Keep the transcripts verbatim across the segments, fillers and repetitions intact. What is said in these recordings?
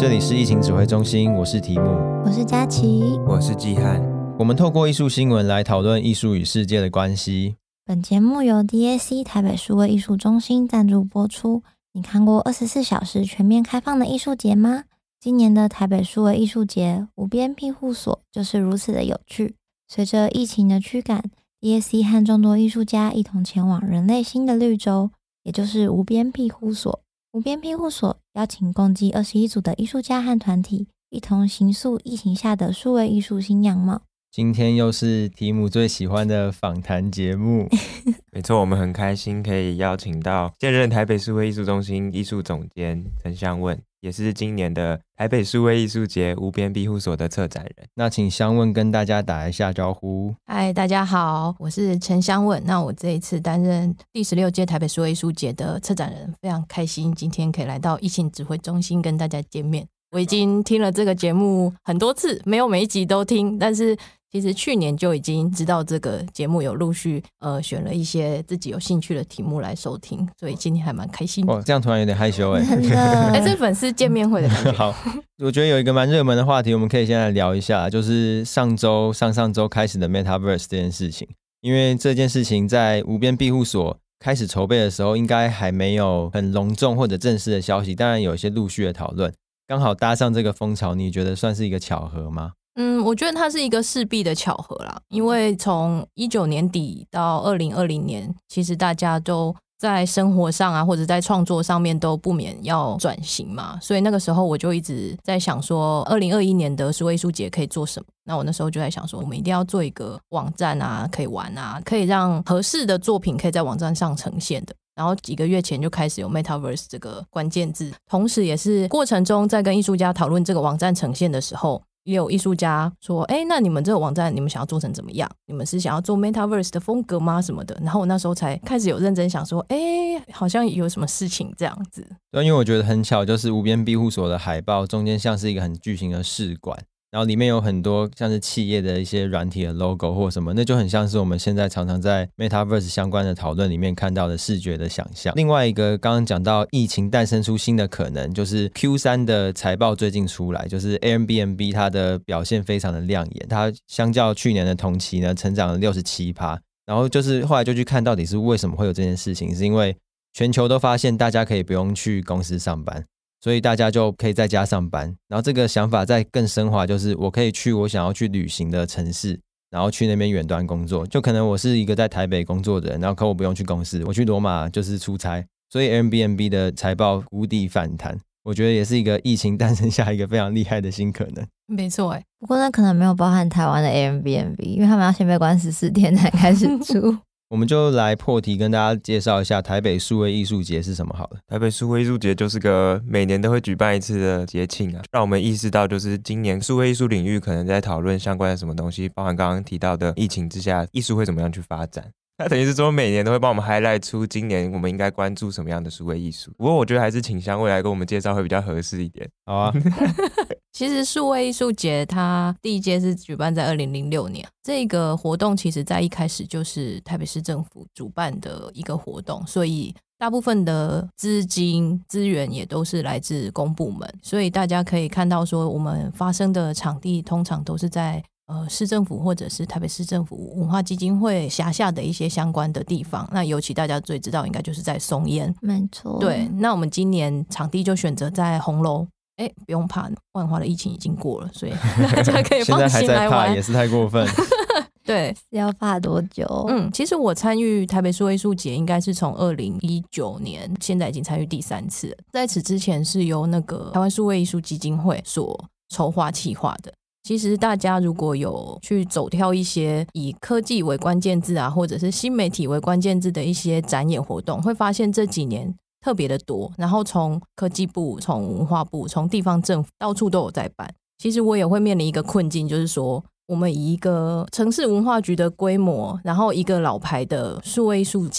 这里是疫情指挥中心，我是提姆， 我是佳琪， 我是季汉。 我们透过艺术新闻来讨论艺术与世界的关系。 本节目由 D A C 台北数位艺术中心赞助播出。你看过二十四小时全面开放的艺术节吗？今年的台北数位艺术节无边庇护所就是如此的有趣。随着疫情的驱赶， D A C 和众多艺术家一同前往人类新的绿洲，也就是无边庇护所。无边庇护所邀请共计二十一组的艺术家和团体，一同形塑疫情下的数位艺术新样貌。 今天又是提姆最喜欢的访谈节目。 没错，我们很开心可以邀请到现任台北数位艺术中心艺术总监陈湘问，也是今年的台北数位艺术节无边庇护所的策展人。 那请湘问跟大家打一下招呼。 嗨，大家好，我是陈湘问。那我这一次担任第十六届台北数位艺术节的策展人，非常开心今天可以来到疫情指挥中心跟大家见面。我已经听了这个节目很多次，没有每一集都听，但是其实去年就已经知道这个节目有陆续呃选了一些自己有兴趣的题目来收听，所以今天还蛮开心的。 哦，这样突然有点害羞哎。 真的， 哎，这粉丝见面会的感觉。 好，我觉得有一个蛮热门的话题，我们可以先来聊一下，就是上周、上上周开始的 Metaverse 这件事情。因为这件事情在无边庇护所开始筹备的时候，应该还没有很隆重或者正式的消息，当然有一些陆续的讨论。刚好搭上这个风潮，你觉得算是一个巧合吗？ 嗯，我觉得它是一个势必的巧合啦，因为从一九年底到二零二零年，其实大家都在生活上啊，或者在创作上面都不免要转型嘛，所以那个时候我就一直在想说，二零二一年的数位艺术节可以做什么？那我那时候就在想说，我们一定要做一个网站啊，可以玩啊，可以让合适的作品可以在网站上呈现的。然后几个月前就开始有 Metaverse 这个关键字，同时也是过程中在跟艺术家讨论这个网站呈现的时候，也有艺术家说，哎，那你们这个网站你们想要做成怎么样？你们是想要做 Metaverse 的风格吗？什么的。然后我那时候才开始有认真想说，哎，好像有什么事情这样子。 对，因为我觉得很巧，就是无边庇护所的海报中间像是一个很巨型的试管，然后里面有很多像是企业的一些软体的 logo 或什么，那就很像是我们现在常常在 Metaverse 相关的讨论里面看到的视觉的想象。另外一个刚刚讲到疫情诞生出新的可能，就是 Q 三 的财报最近出来，就是 Airbnb 它的表现非常的亮眼，它相较去年的同期呢成长了 百分之六十七， 然后就是后来就去看到底是为什么会有这件事情，是因为全球都发现大家可以不用去公司上班，所以大家就可以在家上班，然后这个想法再更升华，就是我可以去我想要去旅行的城市，然后去那边远端工作，就可能我是一个在台北工作的人，然后可我不用去公司，我去罗马就是出差，所以 Airbnb 的财报谷底反弹，我觉得也是一个疫情诞生下一个非常厉害的新可能。 没错耶， 不过那可能没有包含台湾的 Airbnb， 因为他们要先被关十四天才开始出。 我们就来破题跟大家介绍一下台北数位艺术节是什么好了。 台北数位艺术节就是个每年都会举办一次的节庆啊，让我们意识到就是今年数位艺术领域可能在讨论相关的什么东西，包含刚刚提到的疫情之下艺术会怎么样去发展。那等于是说每年都会帮我们 highlight 出今年我们应该关注什么样的数位艺术。不过我觉得还是请湘未来跟我们介绍会比较合适一点。 好啊。 其实数位艺术节它第一届是举办在二零零六年，这个活动其实在一开始就是台北市政府主办的一个活动，所以大部分的资金资源也都是来自公部门，所以大家可以看到说我们发生的场地通常都是在呃，市政府或者是台北市政府文化基金会辖下的一些相关的地方，那尤其大家最知道应该就是在松烟。 没错， 对，那我们今年场地就选择在红楼。哎，不用怕，万华的疫情已经过了，所以大家可以放心来玩。 现在还在怕也是太过分。 对， 要怕多久？ 嗯，其实我参与台北数位艺术节应该是从二零一九年，现在已经参与第三次了。在此之前是由那个台湾数位艺术基金会所筹划企划的。其实大家如果有去走跳一些以科技为关键字啊，或者是新媒体为关键字的一些展演活动，会发现这几年特别的多，然后从科技部、从文化部、从地方政府到处都有在办。其实我也会面临一个困境，就是说我们以一个城市文化局的规模，然后一个老牌的数位艺术节，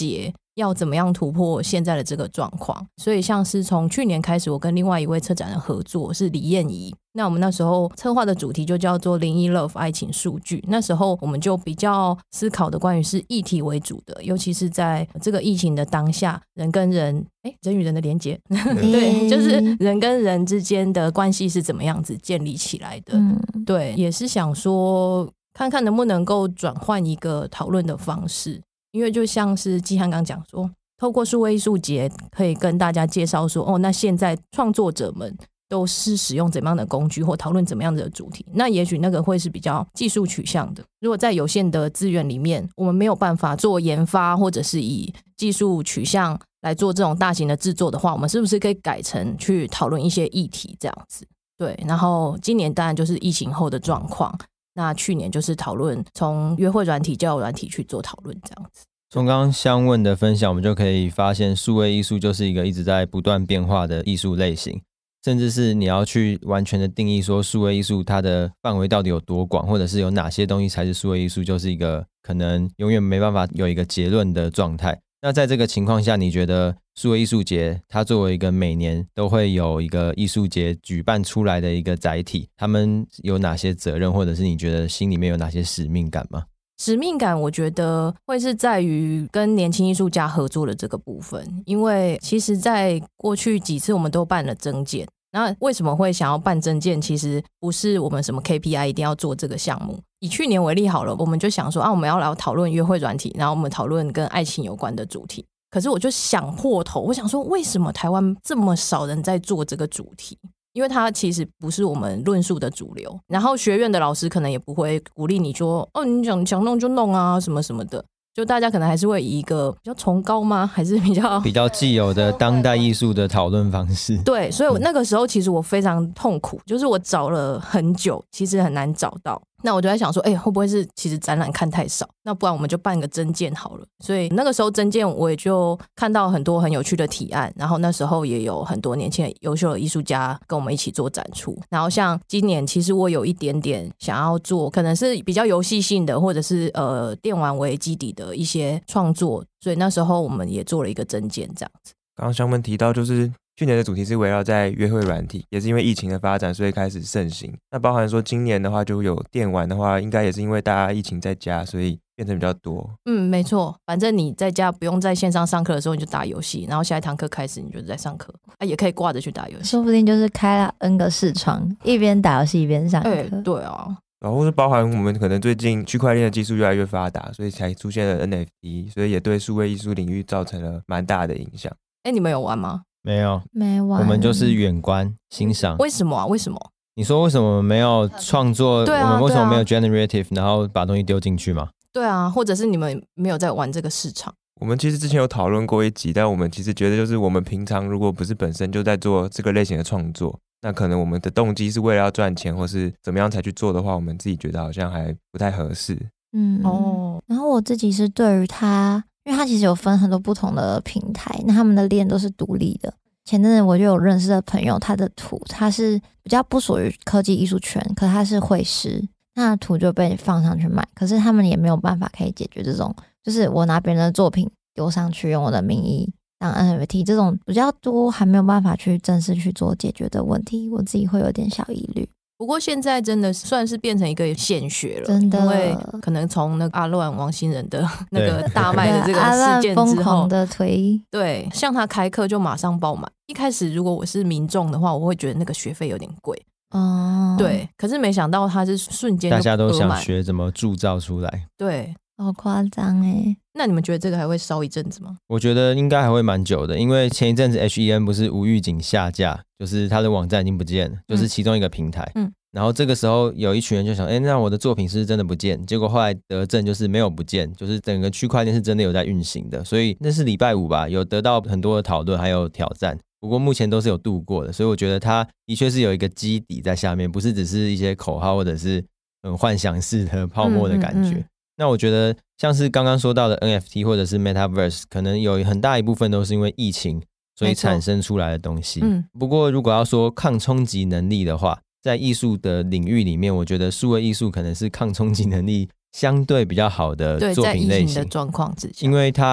要怎么样突破现在的这个状况。所以像是从去年开始，我跟另外一位策展人合作，是李燕怡。那我们那时候策划的主题就叫做零一 Love 爱情数据。那时候我们就比较思考的关于是议题为主的，尤其是在这个疫情的当下，人跟人哎，人与人的连结对，就是人跟人之间的关系是怎么样子建立起来的、嗯、对，也是想说看看能不能够转换一个讨论的方式。因为就像是季汉刚讲说，透过数位艺术节可以跟大家介绍说，哦，那现在创作者们都是使用怎么样的工具或讨论怎么样的主题，那也许那个会是比较技术取向的。如果在有限的资源里面，我们没有办法做研发或者是以技术取向来做这种大型的制作的话，我们是不是可以改成去讨论一些议题这样子。对，然后今年当然就是疫情后的状况，那去年就是讨论从约会软体交友软体去做讨论这样子。 从刚刚香问的分享，我们就可以发现数位艺术就是一个一直在不断变化的艺术类型，甚至是你要去完全的定义说数位艺术它的范围到底有多广，或者是有哪些东西才是数位艺术，就是一个可能永远没办法有一个结论的状态。那在这个情况下，你觉得数位艺术节它作为一个每年都会有一个艺术节举办出来的一个载体，他们有哪些责任，或者是你觉得心里面有哪些使命感吗？ 使命感我觉得会是在于跟年轻艺术家合作的这个部分，因为其实在过去几次我们都办了征件，那为什么会想要办征件，其实不是我们什么 K P I 一定要做这个项目。以去年为例好了，我们就想说啊，我们要来讨论约会软体，然后我们讨论跟爱情有关的主题，可是我就想破头，我想说为什么台湾这么少人在做这个主题，因为它其实不是我们论述的主流，然后学院的老师可能也不会鼓励你说哦，你想想弄就弄啊什么什么的，就大家可能还是会以一个比较崇高吗，还是比较比较既有的当代艺术的讨论方式。 对，所以那个时候其实我非常痛苦，就是我找了很久，其实很难找到。那我就在想说，哎、欸，会不会是其实展览看太少？那不然我们就办个征件好了。所以那个时候征件我也就看到很多很有趣的提案，然后那时候也有很多年轻的优秀的艺术家跟我们一起做展出。然后像今年，其实我有一点点想要做，可能是比较游戏性的，或者是呃电玩为基底的一些创作，所以那时候我们也做了一个征件这样子。 刚刚香文提到就是去年的主题是围绕在约会软体，也是因为疫情的发展所以开始盛行。那包含说今年的话就有电玩的话，应该也是因为大家疫情在家所以变成比较多。 嗯，没错，反正你在家不用在线上上课的时候你就打游戏，然后下一堂课开始你就在上课、啊、也可以挂着去打游戏， 说不定就是开了 N 个视窗，一边打游戏一边上课、欸、 对啊， 然后是包含我们可能最近区块链的技术越来越发达，所以才出现了 N F T， 所以也对数位艺术领域造成了蛮大的影响。 哎、欸，你们有玩吗？ 没有， 没玩， 我们就是远观欣赏。 为什么啊？为什么？ 你说为什么没有创作？ 对啊， 我们为什么没有 generative， 然后把东西丢进去吗？ 对啊，或者是你们没有在玩这个市场？ 我们其实之前有讨论过一集，但我们其实觉得就是我们平常如果不是本身就在做这个类型的创作，那可能我们的动机是为了要赚钱或是怎么样才去做的话，我们自己觉得好像还不太合适。 嗯哦，然后我自己是对于它，因为它其实有分很多不同的平台，那他们的链都是独立的。前阵子我就有认识的朋友，他的图他是比较不属于科技艺术圈，可是他是绘师，那图就被放上去卖，可是他们也没有办法可以解决这种，就是我拿别人的作品丢上去用我的名义当 N F T 这种比较多还没有办法去正式去做解决的问题，我自己会有点小疑虑。 不过现在真的算是变成一个显学了， 真的， 因为可能从那个阿乱王新人的那个大卖的这个事件之后， 疯狂的推， 对，像他开课就马上爆满。一开始如果我是民众的话，我会觉得那个学费有点贵哦，对，可是没想到他是瞬间就大家都想学怎么铸造出来， 对， 好夸张耶。 那你们觉得这个还会烧一阵子吗？ 我觉得应该还会蛮久的，因为前一阵子 H E N 不是无预警下架，就是他的网站已经不见了，就是其中一个平台。嗯，然后这个时候有一群人就想，哎，那我的作品是不是真的不见？结果后来得证就是没有不见，就是整个区块链是真的有在运行的，所以那是礼拜五吧，有得到很多的讨论还有挑战。不过目前都是有度过的，所以我觉得它的确是有一个基底在下面，不是只是一些口号或者是很幻想式的泡沫的感觉。嗯嗯嗯，那我觉得像是刚刚说到的 N F T 或者是 Metaverse， 可能有很大一部分都是因为疫情所以产生出来的东西。嗯，不过如果要说抗冲击能力的话，在艺术的领域里面，我觉得数位艺术可能是抗冲击能力相对比较好的作品类型。 对，在疫情的状况之下， 因为它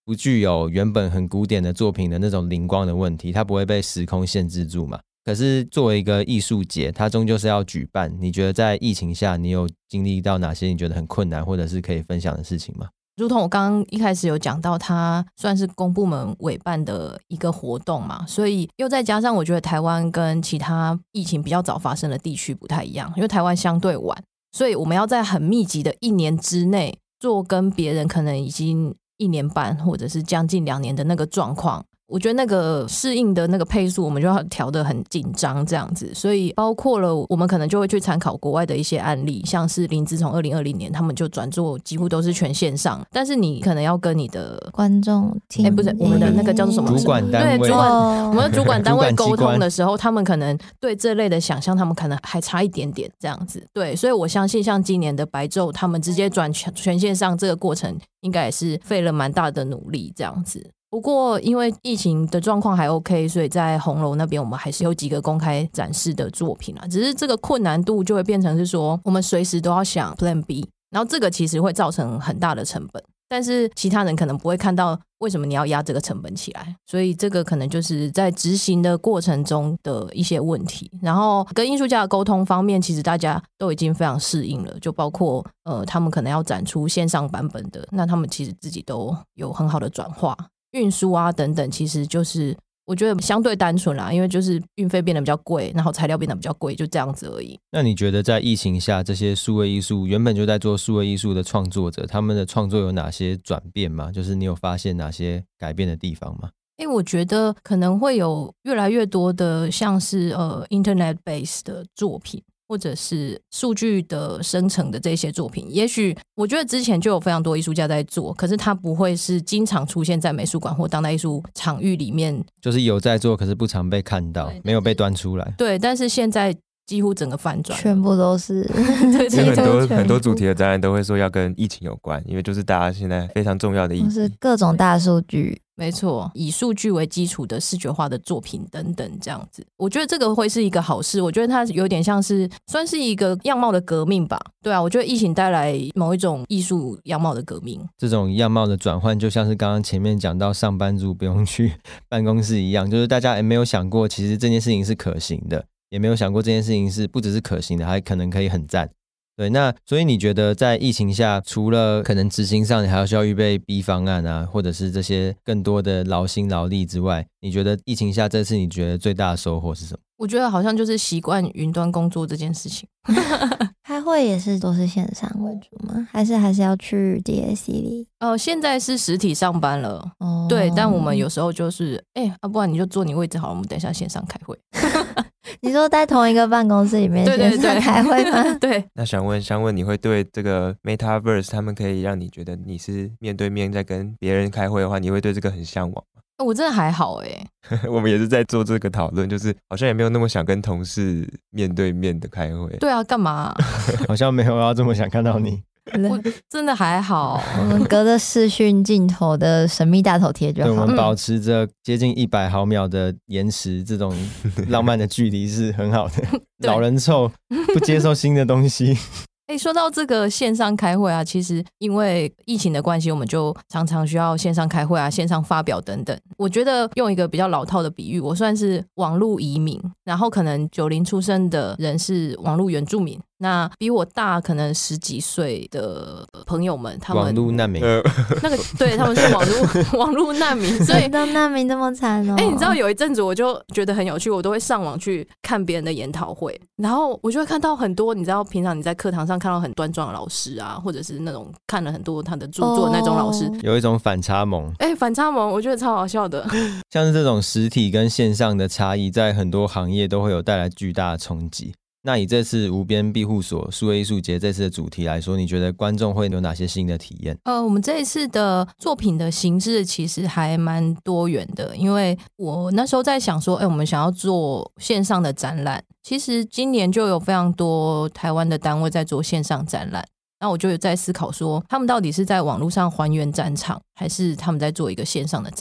不具有原本很古典的作品的那种灵光的问题，它不会被时空限制住嘛。可是作为一个艺术节，它终究是要举办，你觉得在疫情下你有经历到哪些你觉得很困难或者是可以分享的事情吗？ 如同我刚刚一开始有讲到，它算是公部门委办的一个活动嘛，所以又再加上我觉得台湾跟其他疫情比较早发生的地区不太一样，因为台湾相对晚，所以我们要在很密集的一年之内做跟别人可能已经一年半或者是将近两年的那个状况，我觉得那个适应的那个配速我们就要调得很紧张这样子，所以包括了我们可能就会去参考国外的一些案例，像是林兹从二零二零年他们就转做几乎都是全线上，但是你可能要跟你的观众听， 哎，不是我们的那个叫做什么主管单位， 对，主管、 哦、 我们的主管单位沟通的时候，他们可能对这类的想象他们可能还差一点点这样子，对，所以我相信像今年的白昼他们直接转全全线上这个过程应该也是费了蛮大的努力这样子。不过因为疫情的状况还 OK， 所以在红楼那边我们还是有几个公开展示的作品啦，只是这个困难度就会变成是说我们随时都要想 Plan B， 然后这个其实会造成很大的成本，但是其他人可能不会看到为什么你要压这个成本起来，所以这个可能就是在执行的过程中的一些问题。然后跟艺术家的沟通方面，其实大家都已经非常适应了，就包括呃他们可能要展出线上版本的，那他们其实自己都有很好的转化，运输啊等等，其实就是我觉得相对单纯啦，因为就是运费变得比较贵，然后材料变得比较贵，就这样子而已。 那你觉得在疫情下，这些数位艺术原本就在做数位艺术的创作者，他们的创作有哪些转变吗？就是你有发现哪些改变的地方吗？ 因为我觉得可能会有越来越多的像是呃 Internet based 的作品，或者是数据的生成的这些作品，也许我觉得之前就有非常多艺术家在做，可是它不会是经常出现在美术馆或当代艺术场域里面， 就是有在做可是不常被看到，没有被端出来。 对，但是现在几乎整个反转， 全部都是对其实很多全部很多主题的展览都会说要跟疫情有关，因为就是大家现在非常重要的议题， 是各种大数据， 没错，以数据为基础的视觉化的作品等等这样子，我觉得这个会是一个好事。我觉得它有点像是算是一个样貌的革命吧。对啊，我觉得疫情带来某一种艺术样貌的革命， 这种样貌的转换就像是刚刚前面讲到上班族不用去办公室一样，就是大家也没有想过其实这件事情是可行的，也没有想过这件事情是不只是可行的，还可能可以很赞。对，那所以你觉得在疫情下，除了可能执行上你还要需要预备 B 方案啊，或者是这些更多的劳心劳力之外，你觉得疫情下这次你觉得最大的收获是什么？ 我觉得好像就是习惯云端工作这件事情。 开会也是都是线上为主吗？还是还是要去 D A C 里？ 呃，现在是实体上班了， 哦， 对，但我们有时候就是哎、欸啊，不然你就坐你位置好了，我们等一下线上开会。 你说在同一个办公室里面线上开会吗？ 对， 那想问想问你会对这个 Metaverse 他们可以让你觉得你是面对面在跟别人开会的话，你会对这个很向往吗？ 我真的还好哎、 欸，我们也是在做这个讨论，就是好像也没有那么想跟同事面对面的开会。 对啊，干嘛、啊？ 好像没有要这么想看到你。 我真的还好， 我们隔着视讯镜头的神秘大头贴就好。 对，我们保持着接近一百毫秒的延迟，这种浪漫的距离是很好的。老人臭，不接受新的东西。 哎、欸，说到这个线上开会啊，其实因为疫情的关系，我们就常常需要线上开会啊、线上发表等等。我觉得用一个比较老套的比喻，我算是网络移民，然后可能九零出生的人是网络原住民。那比我大可能十几岁的朋友们，他们网络难民， 那个对他们是网络网络难民，所以都难民这么惨哦。 哎、欸，你知道有一阵子我就觉得很有趣，我都会上网去看别人的研讨会，然后我就会看到很多，你知道平常你在课堂上看到很端庄的老师啊，或者是那种看了很多他的著作的那种老师， 有一种反差萌。 哎、欸，反差萌，我觉得超好笑的。 像是这种实体跟线上的差异，在很多行业都会有带来巨大的冲击。那以这次无边庇护所数位艺术节这次的主题来说，你觉得观众会有哪些新的体验？ 呃，我们这一次的作品的形式其实还蛮多元的，因为我那时候在想说，哎、欸，我们想要做线上的展览，其实今年就有非常多台湾的单位在做线上展览。那我就有在思考说，他们到底是在网络上还原展场，还是他们在做一个线上的展览？因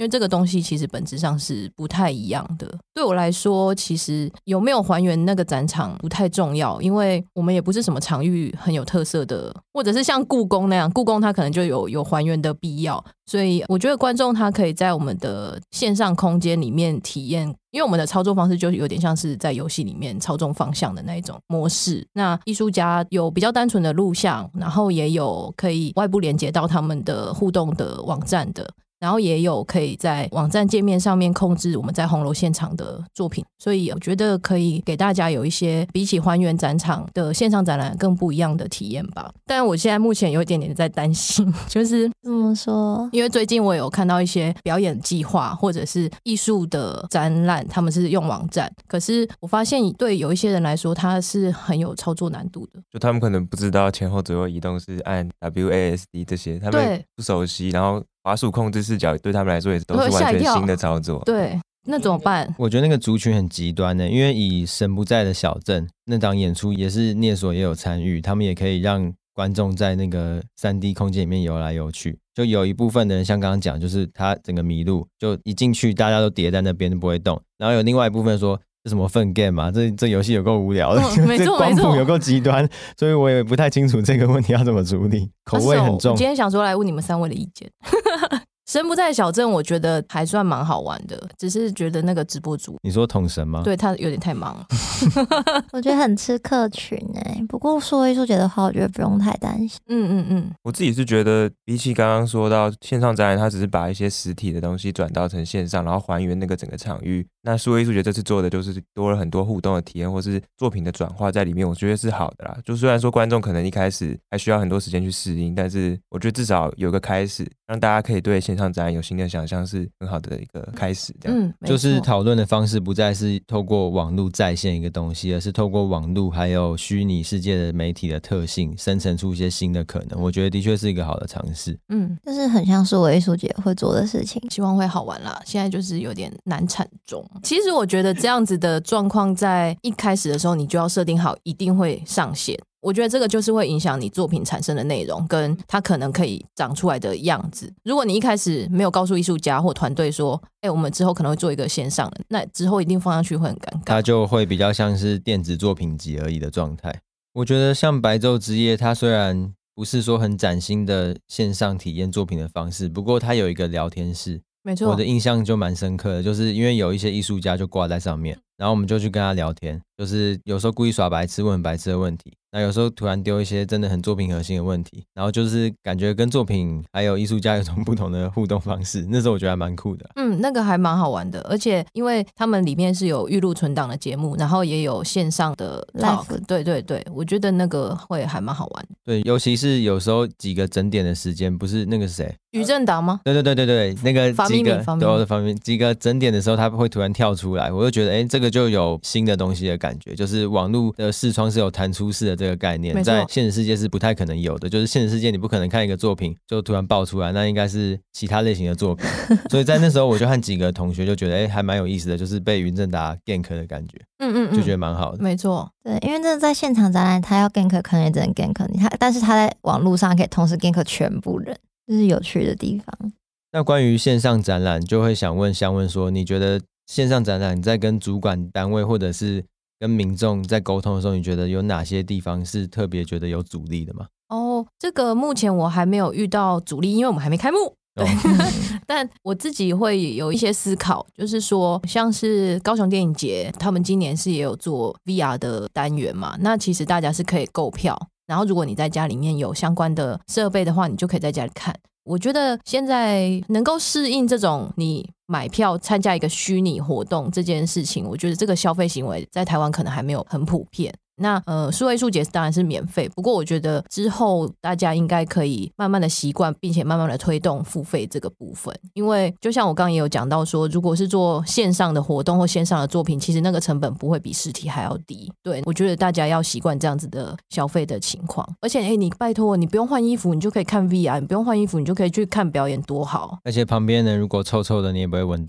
因为这个东西其实本质上是不太一样的。对我来说，其实有没有还原那个展场不太重要，因为我们也不是什么场域很有特色的，或者是像故宫那样，故宫它可能就有有还原的必要。所以我觉得观众他可以在我们的线上空间里面体验，因为我们的操作方式就有点像是在游戏里面操纵方向的那一种模式。那艺术家有比较单纯的录像，然后也有可以外部连接到他们的互动的网站的，然后也有可以在网站界面上面控制我们在红楼现场的作品，所以我觉得可以给大家有一些比起还原展场的线上展览更不一样的体验吧。但我现在目前有一点点在担心，就是怎么说？ 因为最近我有看到一些表演计划或者是艺术的展览，他们是用网站，可是我发现对有一些人来说，它是很有操作难度的， 就他们可能不知道前后左右移动是按 W A S D 这些，他们不熟悉，然后滑鼠控制视角对他们来说也都是完全新的操作。 对，那怎么办？ 我觉得那个族群很极端的，因为以神不在的小镇那档演出也是聂所也有参与，他们也可以让观众在那个 三 D 空间里面游来游去。就有一部分的人像刚刚讲，就是他整个迷路，就一进去大家都叠在那边不会动，然后有另外一部分说这什么粪 game 嘛，这这游戏有够无聊的， 嗯、没错这光谱有够极端，所以我也不太清楚这个问题要怎么处理，口味很重。 我今天想说来问你们三位的意见。神不在小镇我觉得还算蛮好玩的，只是觉得那个直播主， 你说统神吗？ 对，他有点太忙了。 我觉得很吃客群欸，不过数位艺术节的话我觉得不用太担心。 嗯嗯嗯， 我自己是觉得比起刚刚说到线上展览，它只是把一些实体的东西转到成线上，然后还原那个整个场域，那数位艺术节这次做的就是多了很多互动的体验或是作品的转化在里面，我觉得是好的啦。就虽然说观众可能一开始还需要很多时间去适应，但是我觉得至少有个开始，让大家可以对线上展览有新的想象，是很好的一个开始。这样， 嗯， 就是讨论的方式不再是透过网络再现一个东西，而是透过网络还有虚拟世界的媒体的特性，生成出一些新的可能。我觉得的确是一个好的尝试。 嗯，就是很像数位艺术节会做的事情， 希望会好玩啦。现在就是有点难产中。其实我觉得这样子的状况，在一开始的时候你就要设定好，一定会上线。我觉得这个就是会影响你作品产生的内容跟它可能可以长出来的样子。如果你一开始没有告诉艺术家或团队说哎、欸，我们之后可能会做一个线上的，那之后一定放上去会很尴尬， 它就会比较像是电子作品集而已的状态。我觉得像白昼之夜，它虽然不是说很崭新的线上体验作品的方式，不过它有一个聊天室， 没错， 我的印象就蛮深刻的，就是因为有一些艺术家就挂在上面，然后我们就去跟他聊天，就是有时候故意耍白痴问很白痴的问题，那有时候突然丢一些真的很作品核心的问题，然后就是感觉跟作品还有艺术家有种不同的互动方式，那时候我觉得还蛮酷的。 嗯，那个还蛮好玩的，而且因为他们里面是有预录存档的节目，然后也有线上的 talk， 对对对，我觉得那个会还蛮好玩的。 对，尤其是有时候几个整点的时间，不是那个谁于正达吗？ 对对对对对，那个几个对方面几个整点的时候，他会突然跳出来，我就觉得哎，这个就有新的东西的感觉，就是网络的视窗是有弹出式的这个概念，在现实世界是不太可能有的，就是现实世界你不可能看一个作品就突然爆出来，那应该是其他类型的作品。所以在那时候我就和几个同学就觉得哎，还蛮有意思的，就是被云正达 gank 的感觉， 嗯嗯嗯， 就觉得蛮好的。 没错， 对，因为这在现场展览他要 gank 可能也只能 gank 你，他但是他在网络上可以同时 gank 全部人，这是有趣的地方。 那关于线上展览，就会想问香问说，你觉得线上展览你在跟主管单位或者是跟民众在沟通的时候，你觉得有哪些地方是特别觉得有阻力的吗？ 哦，这个目前我还没有遇到阻力，因为我们还没开幕。对，哦、但我自己会有一些思考，就是说，像是高雄电影节，他们今年是也有做 V R 的单元嘛，那其实大家是可以购票，然后如果你在家里面有相关的设备的话，你就可以在家里看。我觉得现在能够适应这种你买票参加一个虚拟活动这件事情，我觉得这个消费行为在台湾可能还没有很普遍。那呃，数位艺术节当然是免费，不过我觉得之后大家应该可以慢慢的习惯，并且慢慢的推动付费这个部分。因为就像我刚刚也有讲到说，如果是做线上的活动或线上的作品，其实那个成本不会比实体还要低。对，我觉得大家要习惯这样子的消费的情况。而且哎，你拜托，你不用换衣服，你就可以看 V R， 你不用换衣服，你就可以去看表演，多好。 而且旁边人如果臭臭的，你也不会闻到。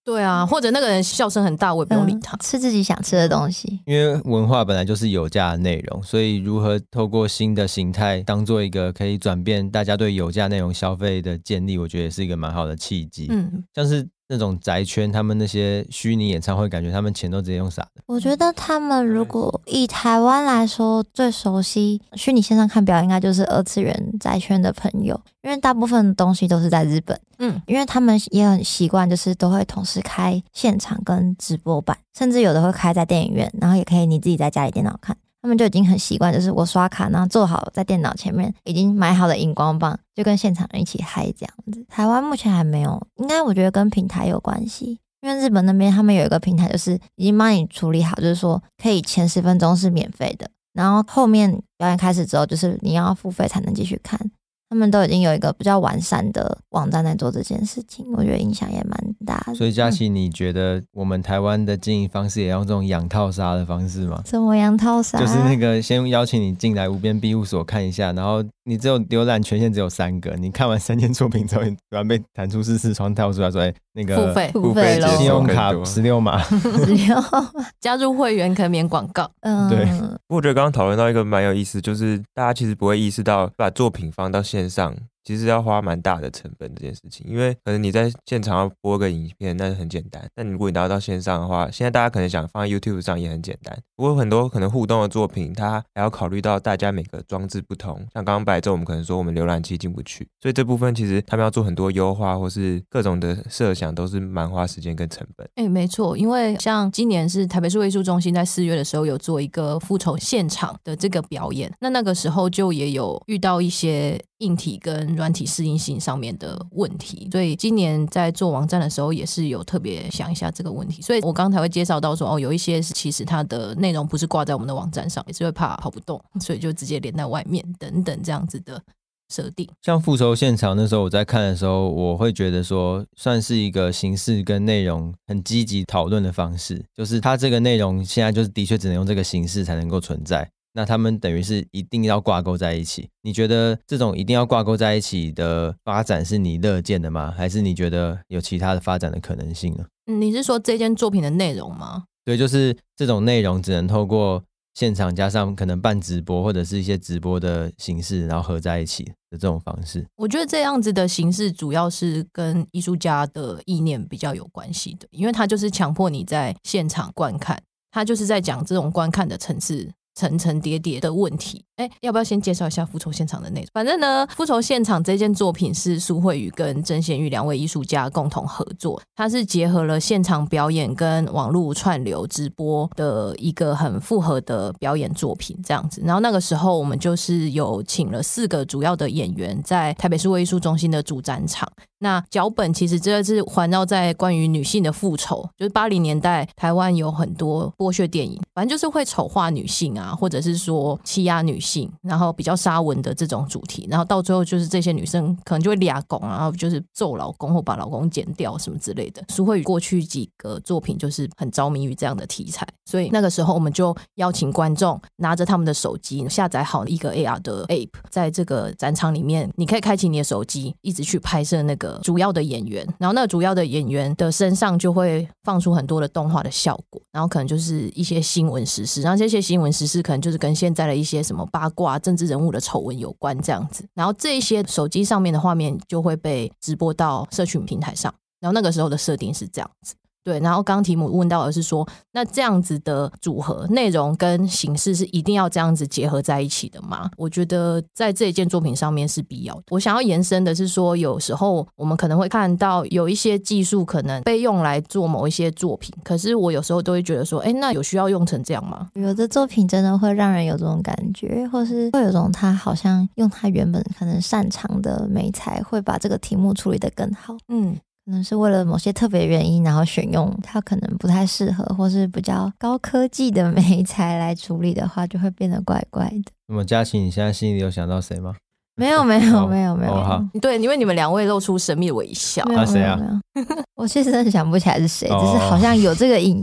对啊，或者那个人笑声很大，我也不用理他、 嗯、吃自己想吃的东西。 因为文化本来就是有价的内容，所以如何透过新的形态当做一个可以转变大家对有价内容消费的建立，我觉得也是一个蛮好的契机。嗯，像是那种宅圈，他们那些虚拟演唱会，感觉他们钱都直接用撒的。 我觉得他们如果以台湾来说，最熟悉虚拟线上看表演应该就是二次元宅圈的朋友，因为大部分的东西都是在日本。嗯，因为他们也很习惯，就是都会同时开现场跟直播版，甚至有的会开在电影院，然后也可以你自己在家里电脑看。他们就已经很习惯，就是我刷卡，然后坐好在电脑前面，已经买好的荧光棒，就跟现场人一起嗨这样子。台湾目前还没有，应该我觉得跟平台有关系，因为日本那边他们有一个平台，就是已经帮你处理好，就是说可以前十分钟是免费的，然后后面表演开始之后，就是你要付费才能继续看。他们都已经有一个比较完善的网站在做这件事情，我觉得影响也蛮大的。 所以佳琪，你觉得我们台湾的经营方式也要用这种养套杀的方式吗？ 什么养套杀？ 就是那个先邀请你进来无边庇护所看一下，然后你只有浏览权限只有三个，你看完三件作品之后，你突然被弹出四视窗跳出来说，哎、欸，那个付费付费信用卡十六码， 十六加入会员可免广告。 嗯， 对。 我觉得刚刚讨论到一个蛮有意思，就是大家其实不会意识到把作品放到线上其实要花蛮大的成本这件事情，因为可能你在现场要播个影片那是很简单，但如果你拿到线上的话，现在大家可能想放在 YouTube 上也很简单，不过很多可能互动的作品它还要考虑到大家每个装置不同，像刚刚白昼我们可能说我们浏览器进不去，所以这部分其实他们要做很多优化或是各种的设想都是蛮花时间跟成本。 哎、欸，没错，因为像今年是台北数位艺术中心在四月的时候有做一个复仇现场的这个表演，那那个时候就也有遇到一些硬体跟软体适应性上面的问题，所以今年在做网站的时候也是有特别想一下这个问题，所以我刚才会介绍到说哦，有一些是其实它的内容不是挂在我们的网站上，也是会怕跑不动，所以就直接连在外面等等这样子的设定。 像复仇现场那时候我在看的时候，我会觉得说算是一个形式跟内容很积极讨论的方式，就是它这个内容现在就是的确只能用这个形式才能够存在，那他们等于是一定要挂钩在一起。你觉得这种一定要挂钩在一起的发展是你乐见的吗？还是你觉得有其他的发展的可能性呢？ 嗯，你是说这件作品的内容吗？ 对，就是这种内容只能透过现场加上可能办直播或者是一些直播的形式，然后合在一起的这种方式。 我觉得这样子的形式主要是跟艺术家的意念比较有关系的，因为他就是强迫你在现场观看，他就是在讲这种观看的层次层层叠叠的问题。哎，要不要先介绍一下复仇现场的内容？反正呢，复仇现场这件作品是苏慧宇跟曾贤玉两位艺术家共同合作，它是结合了现场表演跟网络串流直播的一个很复合的表演作品这样子。然后那个时候我们就是有请了四个主要的演员在台北数位艺术中心的主展场，那脚本其实这是环绕在关于女性的复仇，就是八零年代台湾有很多剥削电影，反正就是会丑化女性啊，或者是说欺压女性，然后比较沙文的这种主题，然后到最后就是这些女生可能就会俩拱，然后就是揍老公或把老公剪掉什么之类的。苏慧宇过去几个作品就是很着迷于这样的题材，所以那个时候我们就邀请观众拿着他们的手机下载好一个 A R 的 App， 在这个展场里面你可以开启你的手机一直去拍摄那个主要的演员，然后那个主要的演员的身上就会放出很多的动画的效果，然后可能就是一些新闻时事，然后这些新闻时事可能就是跟现在的一些什么八卦政治人物的丑闻有关这样子，然后这一些手机上面的画面就会被直播到社群平台上，然后那个时候的设定是这样子。对，然后刚刚题目问到的是说，那这样子的组合内容跟形式是一定要这样子结合在一起的吗？我觉得在这一件作品上面是必要的。我想要延伸的是说，有时候我们可能会看到有一些技术可能被用来做某一些作品，可是我有时候都会觉得说，哎，那有需要用成这样吗？ 有的作品真的会让人有这种感觉，或是会有种他好像用他原本可能擅长的媒材，会把这个题目处理得更好。嗯。可能是为了某些特别原因，然后选用它可能不太适合或是比较高科技的媒材来处理的话，就会变得怪怪的。 那么佳琪，你现在心里有想到谁吗？ 没有没有没有没有、 哦、 对，因为你们两位露出神秘的微笑。 没有谁啊？ 我其实真的想不起来是谁，只是好像有这个印象。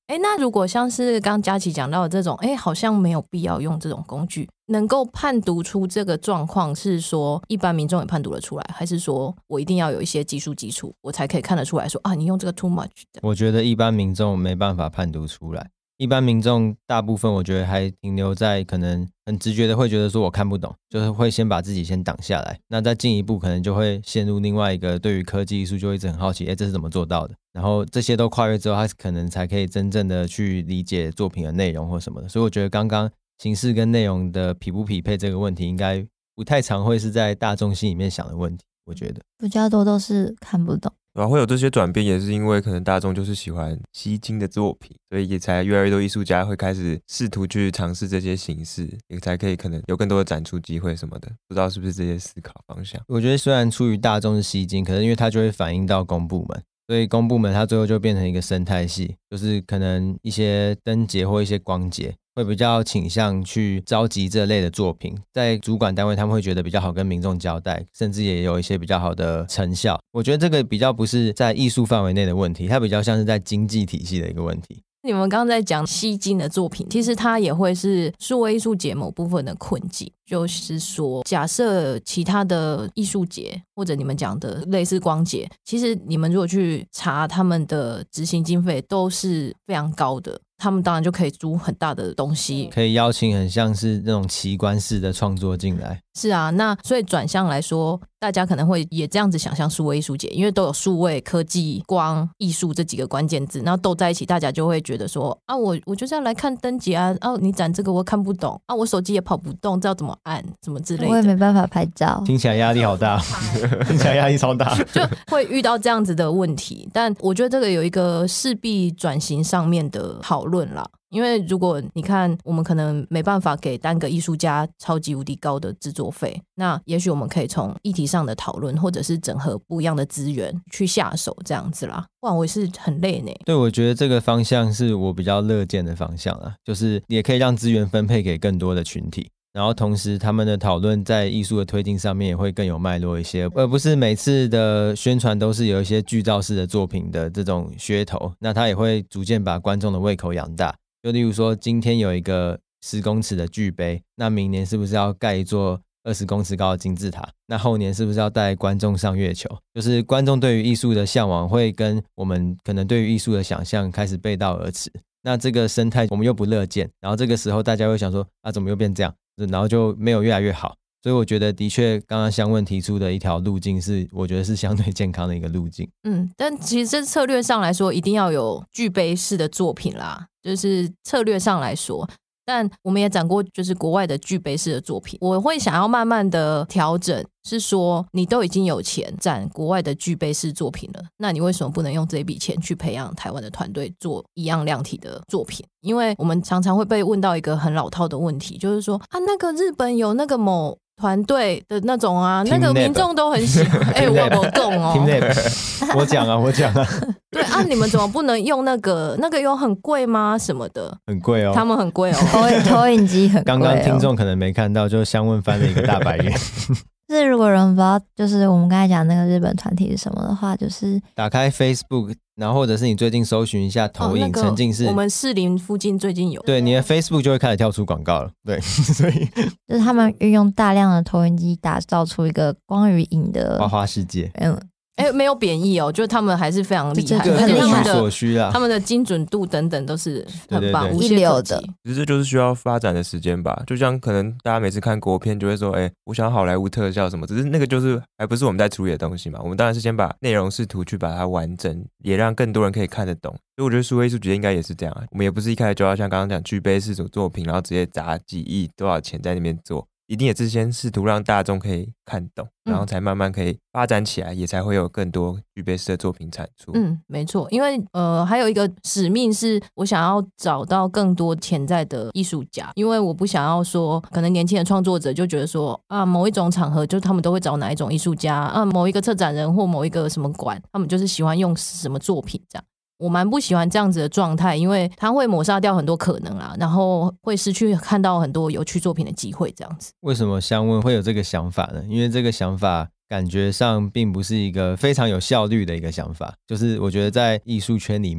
哎，那如果像是刚佳琪讲到的这种，哎，好像没有必要用这种工具，能够判读出这个状况是说一般民众也判读得出来，还是说我一定要有一些技术基础，我才可以看得出来说啊，你用这个 too much 的？ 我觉得一般民众没办法判读出来。一般民众大部分我觉得还停留在可能很直觉的会觉得说我看不懂，就是会先把自己先挡下来，那再进一步可能就会陷入另外一个对于科技艺术就一直很好奇，诶，这是怎么做到的，然后这些都跨越之后他可能才可以真正的去理解作品的内容或什么的。所以我觉得刚刚形式跟内容的匹不匹配这个问题应该不太常会是在大众心里面想的问题，我觉得比较多都是看不懂。 然后会有这些转变也是因为可能大众就是喜欢吸睛的作品，所以也才越来越多艺术家会开始试图去尝试这些形式，也才可以可能有更多的展出机会什么的，不知道是不是这些思考方向。 我觉得虽然出于大众是吸睛，可是因为它就会反映到公部门，所以公部门它最后就变成一个生态系，就是可能一些灯节或一些光节会比较倾向去召集这类的作品，在主管单位他们会觉得比较好跟民众交代，甚至也有一些比较好的成效。我觉得这个比较不是在艺术范围内的问题，它比较像是在经济体系的一个问题。 你们刚刚在讲吸睛的作品，其实它也会是数位艺术节某部分的困境，就是说假设其他的艺术节或者你们讲的类似光节，其实你们如果去查他们的执行经费都是非常高的，他们当然就可以租很大的东西， 可以邀请很像是那种奇观式的创作进来。 是啊，那所以转向来说，大家可能会也这样子想象数位艺术节，因为都有数位、科技、光、艺术这几个关键字，然后斗在一起，大家就会觉得说啊，我我就是要来看灯节啊，啊，你展这个我看不懂啊，我手机也跑不动，知道怎么按，什么之类的， 我也没办法拍照， 听起来压力好大，听起来压力超大， 就会遇到这样子的问题。但我觉得这个有一个势必转型上面的讨论啦。因为如果你看我们可能没办法给单个艺术家超级无敌高的制作费，那也许我们可以从议题上的讨论或者是整合不一样的资源去下手这样子啦。哇，我也是很累呢。 对，我觉得这个方向是我比较乐见的方向啦，就是也可以让资源分配给更多的群体，然后同时他们的讨论在艺术的推进上面也会更有脉络一些，而不是每次的宣传都是有一些剧照式的作品的这种噱头，那他也会逐渐把观众的胃口养大。就例如说今天有一个十公尺的巨碑，那明年是不是要盖一座二十公尺高的金字塔，那后年是不是要带观众上月球，就是观众对于艺术的向往会跟我们可能对于艺术的想象开始背道而驰，那这个生态我们又不乐见，然后这个时候大家会想说啊，怎么又变这样，然后就没有越来越好。所以我觉得的确刚刚香问提出的一条路径是我觉得是相对健康的一个路径。 嗯，但其实这策略上来说一定要有具备式的作品啦，就是策略上来说，但我们也展过就是国外的具备式的作品，我会想要慢慢的调整，是说你都已经有钱展国外的具备式作品了，那你为什么不能用这笔钱去培养台湾的团队做一样量体的作品？因为我们常常会被问到一个很老套的问题，就是说啊，那个日本有那个某团队的那种啊，那个民众都很喜欢。哎、欸，我不懂哦。 我讲啊，我讲啊。 对啊，你们怎么不能用那个？那个有很贵吗？什么的？ 很贵哦， 他们很贵哦。 投投影机很贵、哦。 刚刚听众可能没看到，就香问翻了一个大白眼。 就是如果人不知道，就是我们刚才讲那个日本团体是什么的话，就是打开 Facebook， 然后或者是你最近搜寻一下投影沉浸式、 哦那个，我们士林附近最近有， 对，你的 Facebook 就会开始跳出广告了。对，所以就是他们运用大量的投影机打造出一个光与影的花花世界。 嗯。 哎，没有贬义哦，就是他们还是非常厉害， 而且他们的所需啦， 他们的精准度等等都是很棒， 对对对，一流的。 其实这就是需要发展的时间吧。就像可能大家每次看国片就会说，哎，我想好莱坞特效什么，只是那个就是还不是我们在处理的东西嘛。我们当然是先把内容试图去把它完整，也让更多人可以看得懂。所以我觉得数位艺术节应该也是这样啊。我们也不是一开始就要像刚刚讲具备式种作品，然后直接砸几亿多少钱在那边做。一定也是先试图让大众可以看懂，然后才慢慢可以发展起来，嗯、也才会有更多具备式的作品产出。 嗯，没错，因为呃，还有一个使命是我想要找到更多潜在的艺术家，因为我不想要说，可能年轻的创作者就觉得说啊，某一种场合就他们都会找哪一种艺术家啊，某一个策展人或某一个什么馆，他们就是喜欢用什么作品这样。我蛮不喜欢这样子的状态，因为它会抹杀掉很多可能啦，然后会失去看到很多有趣作品的机会这样子。 为什么香问会有这个想法呢？因为这个想法感觉上并不是一个非常有效率的一个想法，就是我觉得在艺术圈里面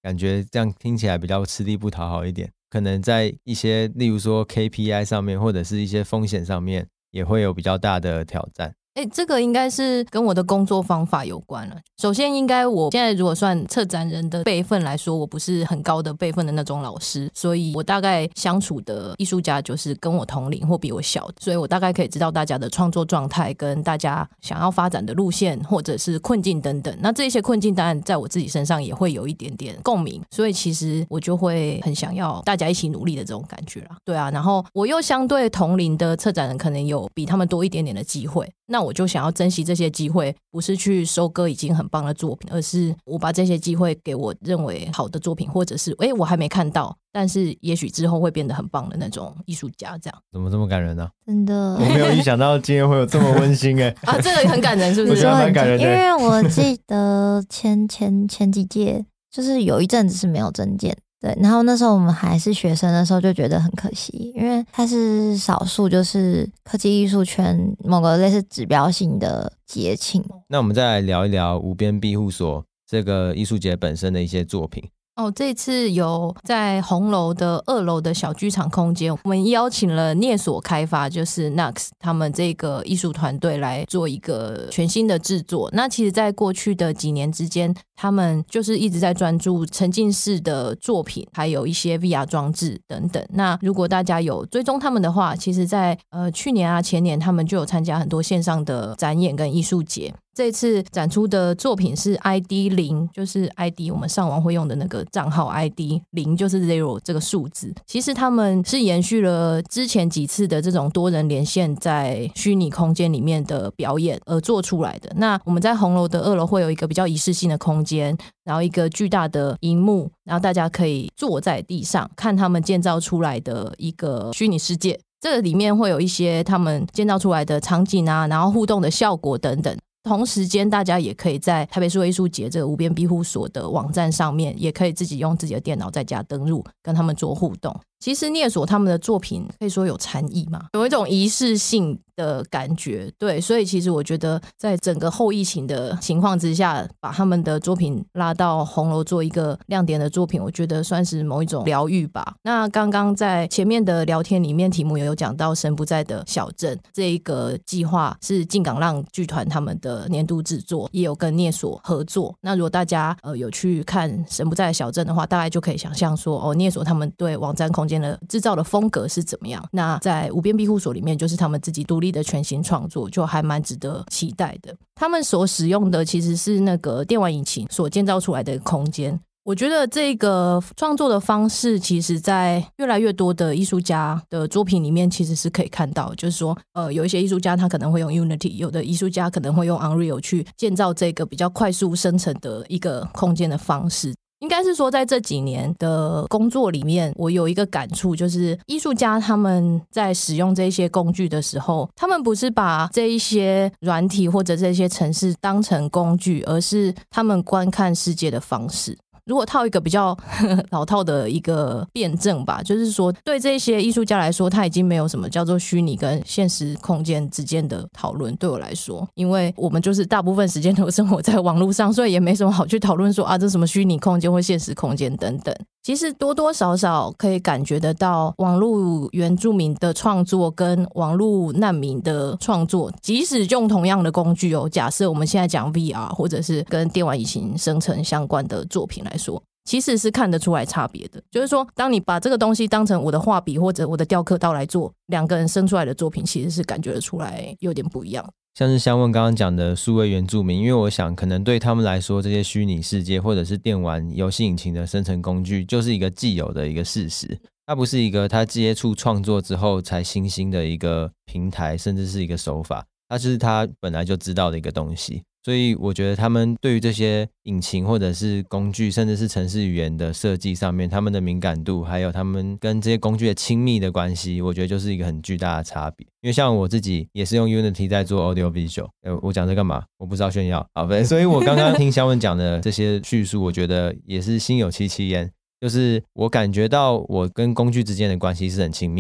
感觉这样听起来比较吃力不讨好一点，可能在一些例如说 K P I 上面或者是一些风险上面也会有比较大的挑战。 哎，这个应该是跟我的工作方法有关了。首先，应该我现在如果算策展人的辈分来说，我不是很高的辈分的那种老师，所以我大概相处的艺术家就是跟我同龄或比我小的，所以我大概可以知道大家的创作状态跟大家想要发展的路线或者是困境等等。那这些困境当然在我自己身上也会有一点点共鸣，所以其实我就会很想要大家一起努力的这种感觉啦。对啊，然后我又相对同龄的策展人可能有比他们多一点点的机会，那我就想要珍惜这些机会，不是去收割已经很棒的作品，而是我把这些机会给我认为好的作品，或者是诶我还没看到但是也许之后会变得很棒的那种艺术家。这样怎么这么感人呢、啊？ 真的， 我没有预想到今天会有这么温馨哎、欸！ 啊，这个很感人，是不是？ 我觉得蛮感人的， 因为我记得前前前几届就是有一阵子是没有证件。对，然后那时候我们还是学生的时候就觉得很可惜，因为它是少数就是科技艺术圈某个类似指标性的节庆。 那我们再来聊一聊无边庇护所这个艺术节本身的一些作品。 哦，这次有在红楼的二楼的小剧场空间，我们邀请了聂所开发，就是 N U X 他们这个艺术团队来做一个全新的制作。那其实在过去的几年之间，他们就是一直在专注沉浸式的作品，还有一些 V R 装置等等。那如果大家有追踪他们的话，其实在呃去年啊前年他们就有参加很多线上的展演跟艺术节。这次展出的作品是 I D 零， 就是 I D 我们上网会用的那个账号 I D 零， 就是 zero 这个数字。其实他们是延续了之前几次的这种多人连线在虚拟空间里面的表演而做出来的。那我们在红楼的二楼会有一个比较仪式性的空间，然后一个巨大的萤幕，然后大家可以坐在地上看他们建造出来的一个虚拟世界。这个里面会有一些他们建造出来的场景啊，然后互动的效果等等。同时间大家也可以在台北数位艺术节这个无边庇护所的网站上面，也可以自己用自己的电脑在家登入跟他们做互动。其实聂所他们的作品可以说有禅意嘛，有一种仪式性的感觉。对，所以其实我觉得在整个后疫情的情况之下，把他们的作品拉到红楼做一个亮点的作品，我觉得算是某一种疗愈吧。那刚刚在前面的聊天里面，题目也有讲到神不在的小镇这一个计划是进港浪剧团他们的年度制作，也有跟聂所合作。那如果大家呃有去看神不在的小镇的话，大概就可以想象说哦，聂所他们对网站空间的制造的风格是怎么样。那在无边庇护所里面就是他们自己独立的全新创作，就还蛮值得期待的。他们所使用的其实是那个电玩引擎所建造出来的空间。我觉得这个创作的方式其实在越来越多的艺术家的作品里面其实是可以看到，就是说呃，有一些艺术家他可能会用 Unity， 有的艺术家可能会用 Unreal 去建造这个比较快速生成的一个空间的方式。应该是说在这几年的工作里面，我有一个感触，就是艺术家他们在使用这些工具的时候，他们不是把这一些软体或者这些程式当成工具，而是他们观看世界的方式。如果套一个比较呵呵老套的一个辩证吧，就是说对这些艺术家来说，他已经没有什么叫做虚拟跟现实空间之间的讨论。对我来说，因为我们就是大部分时间都生活在网络上，所以也没什么好去讨论说啊这什么虚拟空间或现实空间等等。其实多多少少可以感觉得到网络原住民的创作跟网络难民的创作，即使用同样的工具哦，假设我们现在讲 V R 或者是跟电玩引擎生成相关的作品来说，其实是看得出来差别的。就是说当你把这个东西当成我的画笔或者我的雕刻刀来做，两个人生出来的作品其实是感觉得出来有点不一样。 像是香问刚刚讲的数位原住民，因为我想可能对他们来说，这些虚拟世界或者是电玩游戏引擎的生成工具就是一个既有的一个事实，它不是一个他接触创作之后才新兴的一个平台，甚至是一个手法，它是他本来就知道的一个东西。所以我觉得他们对于这些引擎或者是工具甚至是程式语言的设计上面，他们的敏感度还有他们跟这些工具的亲密的关系，我觉得就是一个很巨大的差别。因为像我自己也是用 Unity 在做 Audio Visual， 呃，我讲这干嘛？我不知道炫耀，好，所以我刚刚听香问讲的这些叙述，我觉得也是心有戚戚焉。就是我感觉到我跟工具之间的关系是很亲密的，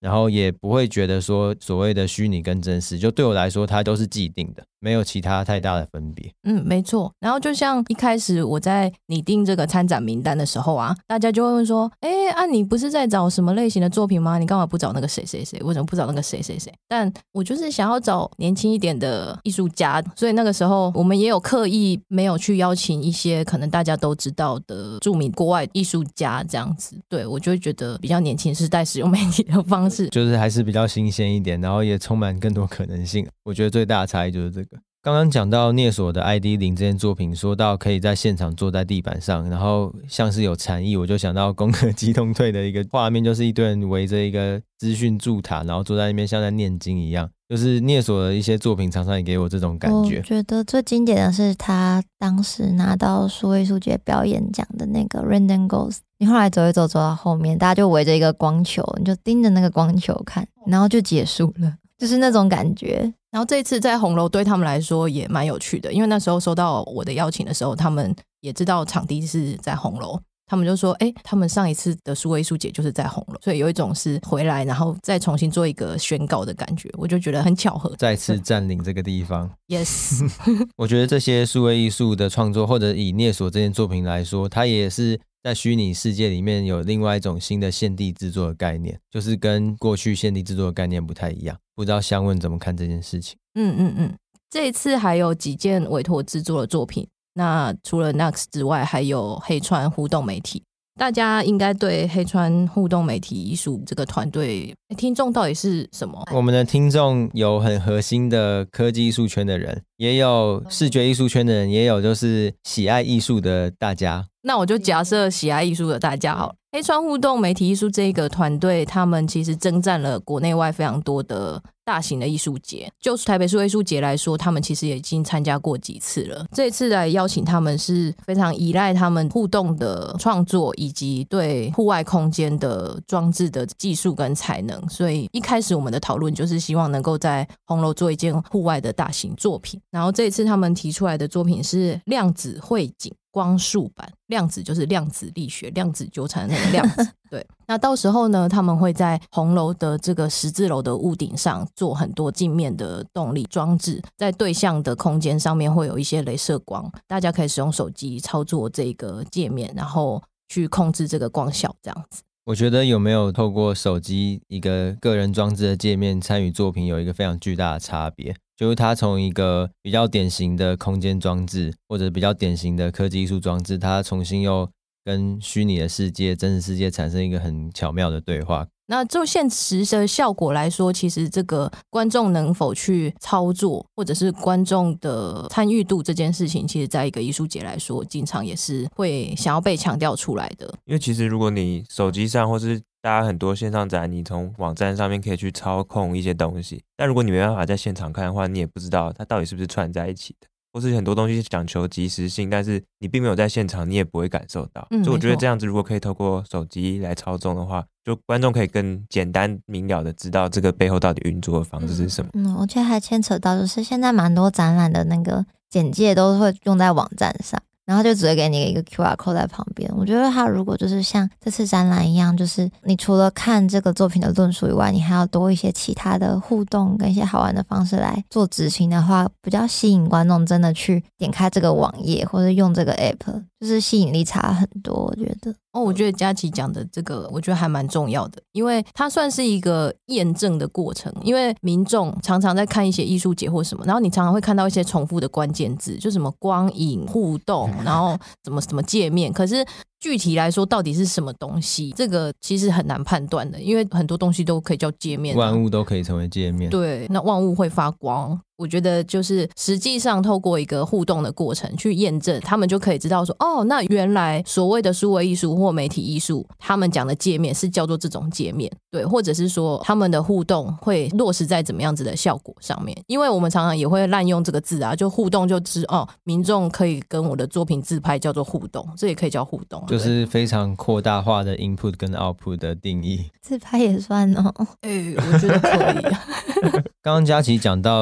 然后也不会觉得说所谓的虚拟跟真实，就对我来说它都是既定的，没有其他太大的分别。 嗯，没错。然后就像一开始我在拟定这个参展名单的时候啊，大家就会问说，哎啊，你不是在找什么类型的作品吗？你干嘛不找那个谁谁谁？为什么不找那个谁谁谁？但我就是想要找年轻一点的艺术家，所以那个时候我们也有刻意没有去邀请一些可能大家都知道的著名国外艺术家这样子。对，我就会觉得比较年轻世代使用媒体的方式， 就是还是比较新鲜一点，然后也充满更多可能性。我觉得最大的差异就是这个。刚刚讲到聂所的 I D 零 这件作品，说到可以在现场坐在地板上，然后像是有禅意，我就想到攻壳机动队的一个画面，就是一堆人围着一个资讯柱塔，然后坐在那边像在念经一样。就是聂所的一些作品常常也给我这种感觉。 我觉得最经典的是他当时拿到数位艺术节表演奖的那个 Random Ghost， 你后来走一走走到后面，大家就围着一个光球，你就盯着那个光球看，然后就结束了，就是那种感觉。 然后这一次在红楼对他们来说也蛮有趣的，因为那时候收到我的邀请的时候，他们也知道场地是在红楼，他们就说哎，他们上一次的数位艺术节就是在红楼，所以有一种是回来然后再重新做一个宣告的感觉，我就觉得很巧合， 再次占领这个地方。 Yes 我觉得这些数位艺术的创作，或者以聂所这件作品来说，它也是在虚拟世界里面有另外一种新的现地制作的概念，就是跟过去现地制作的概念不太一样。不知道香问怎么看这件事情？ 嗯嗯嗯，这一次还有几件委托制作的作品，那除了 N U X 之外，还有黑川互动媒体。大家应该对黑川互动媒体艺术这个团队，听众到底是什么？ 我们的听众有很核心的科技艺术圈的人，也有视觉艺术圈的人，也有就是喜爱艺术的大家。 那我就假设喜爱艺术的大家好了。黑川互动媒体艺术这个团队，他们其实征战了国内外非常多的大型的艺术节。就台北数位艺术节来说，他们其实也已经参加过几次了。这一次来邀请他们是非常依赖他们互动的创作，以及对户外空间的装置的技术跟才能。所以一开始我们的讨论就是希望能够在红楼做一件户外的大型作品。然后这一次他们提出来的作品是量子绘景光束版，量子就是量子力学，量子纠缠的那个量子对，那到时候呢，他们会在红楼的这个十字楼的屋顶上做很多镜面的动力装置，在对象的空间上面会有一些雷射光，大家可以使用手机操作这个界面，然后去控制这个光效这样子。 我觉得有没有透过手机一个个人装置的界面参与作品有一个非常巨大的差别，就是它从一个比较典型的空间装置或者比较典型的科技艺术装置，它重新又跟虚拟的世界真实世界产生一个很巧妙的对话。 那就现实的效果来说，其实这个观众能否去操作或者是观众的参与度这件事情，其实在一个艺术节来说经常也是会想要被强调出来的。 因为其实如果你手机上或是大家很多线上展，你从网站上面可以去操控一些东西，但如果你没办法在现场看的话，你也不知道它到底是不是串在一起的，或是很多东西讲求即时性，但是你并没有在现场，你也不会感受到、嗯、所以我觉得这样子如果可以透过手机来操纵的话，就观众可以更简单明了的知道这个背后到底运作的方式是什么。 嗯，而且还牵扯到就是现在蛮多展览的那个简介都会用在网站上，然后就只会给你一个 Q R code 在旁边。我觉得它如果就是像这次展览一样，就是你除了看这个作品的论述以外，你还要多一些其他的互动跟一些好玩的方式来做执行的话，比较吸引观众真的去点开这个网页或者用这个 app， 就是吸引力差很多。我觉得哦，我觉得佳琪讲的这个我觉得还蛮重要的，因为它算是一个验证的过程。因为民众常常在看一些艺术节或什么，然后你常常会看到一些重复的关键字，就什么光影互动，然后怎么什么界面，可是具体来说到底是什么东西，这个其实很难判断的，因为很多东西都可以叫界面、啊、 万物都可以成为界面。 对，那万物会发光，我觉得就是实际上透过一个互动的过程去验证，他们就可以知道说，哦，那原来所谓的数位艺术或媒体艺术他们讲的界面是叫做这种界面，对，或者是说他们的互动会落实在怎么样子的效果上面。因为我们常常也会滥用这个字啊，就互动就知哦，民众可以跟我的作品自拍叫做互动，这也可以叫互动， 就是非常扩大化的 input 跟 output 的定义。 自拍也算哦。 哎、欸，我觉得可以。 刚刚佳琪讲到少